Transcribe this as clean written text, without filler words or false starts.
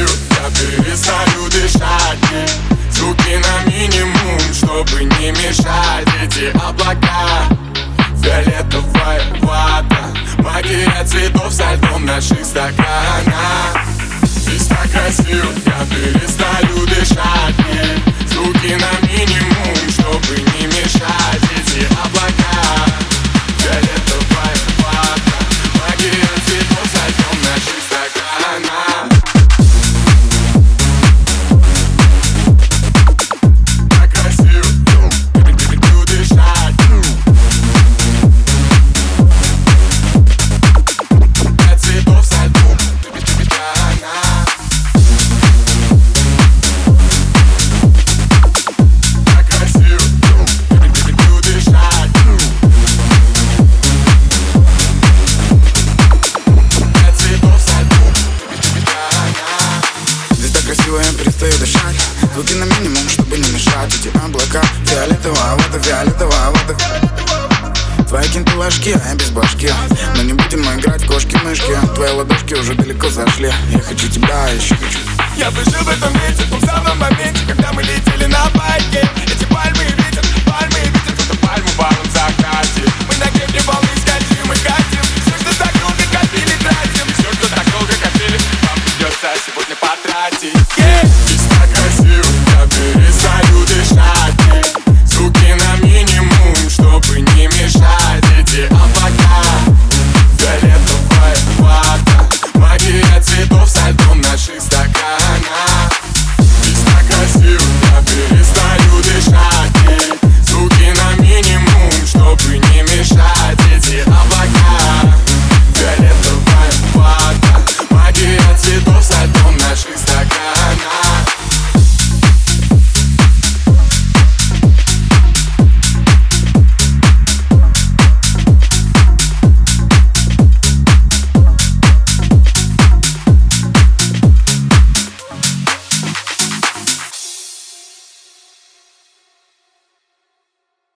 красив, я перестаю дышать. И звуки на минимум, чтобы не мешать. Эти облака, фиолетовая вата, магия цветов со льдом в наших стаканах. Здесь так красив, я перестаю дышать. И звуки на минимум, чтобы не мешать. Эти облака, фиолетовая вата, магия цветов со льдом в наших стаканах. Так красив, люблю дышать. От цветов со льдом в стаканах. Так красив, люблю дышать. От цветов со льдом в стаканах. Здесь так красиво, я перестаю дышать. Звуки на минимум, чтобы не мешать. Эти облака, фиолетовая вода, фиолетовая вода. Твои кенты ложки, а я без башки. Но не будем мы играть в кошки-мышки. Твои ладошки уже далеко зашли. Я хочу тебя, еще хочу. Я бы жил в этом месте, в том самом моменте, когда мы летели на байке. Эти пальмы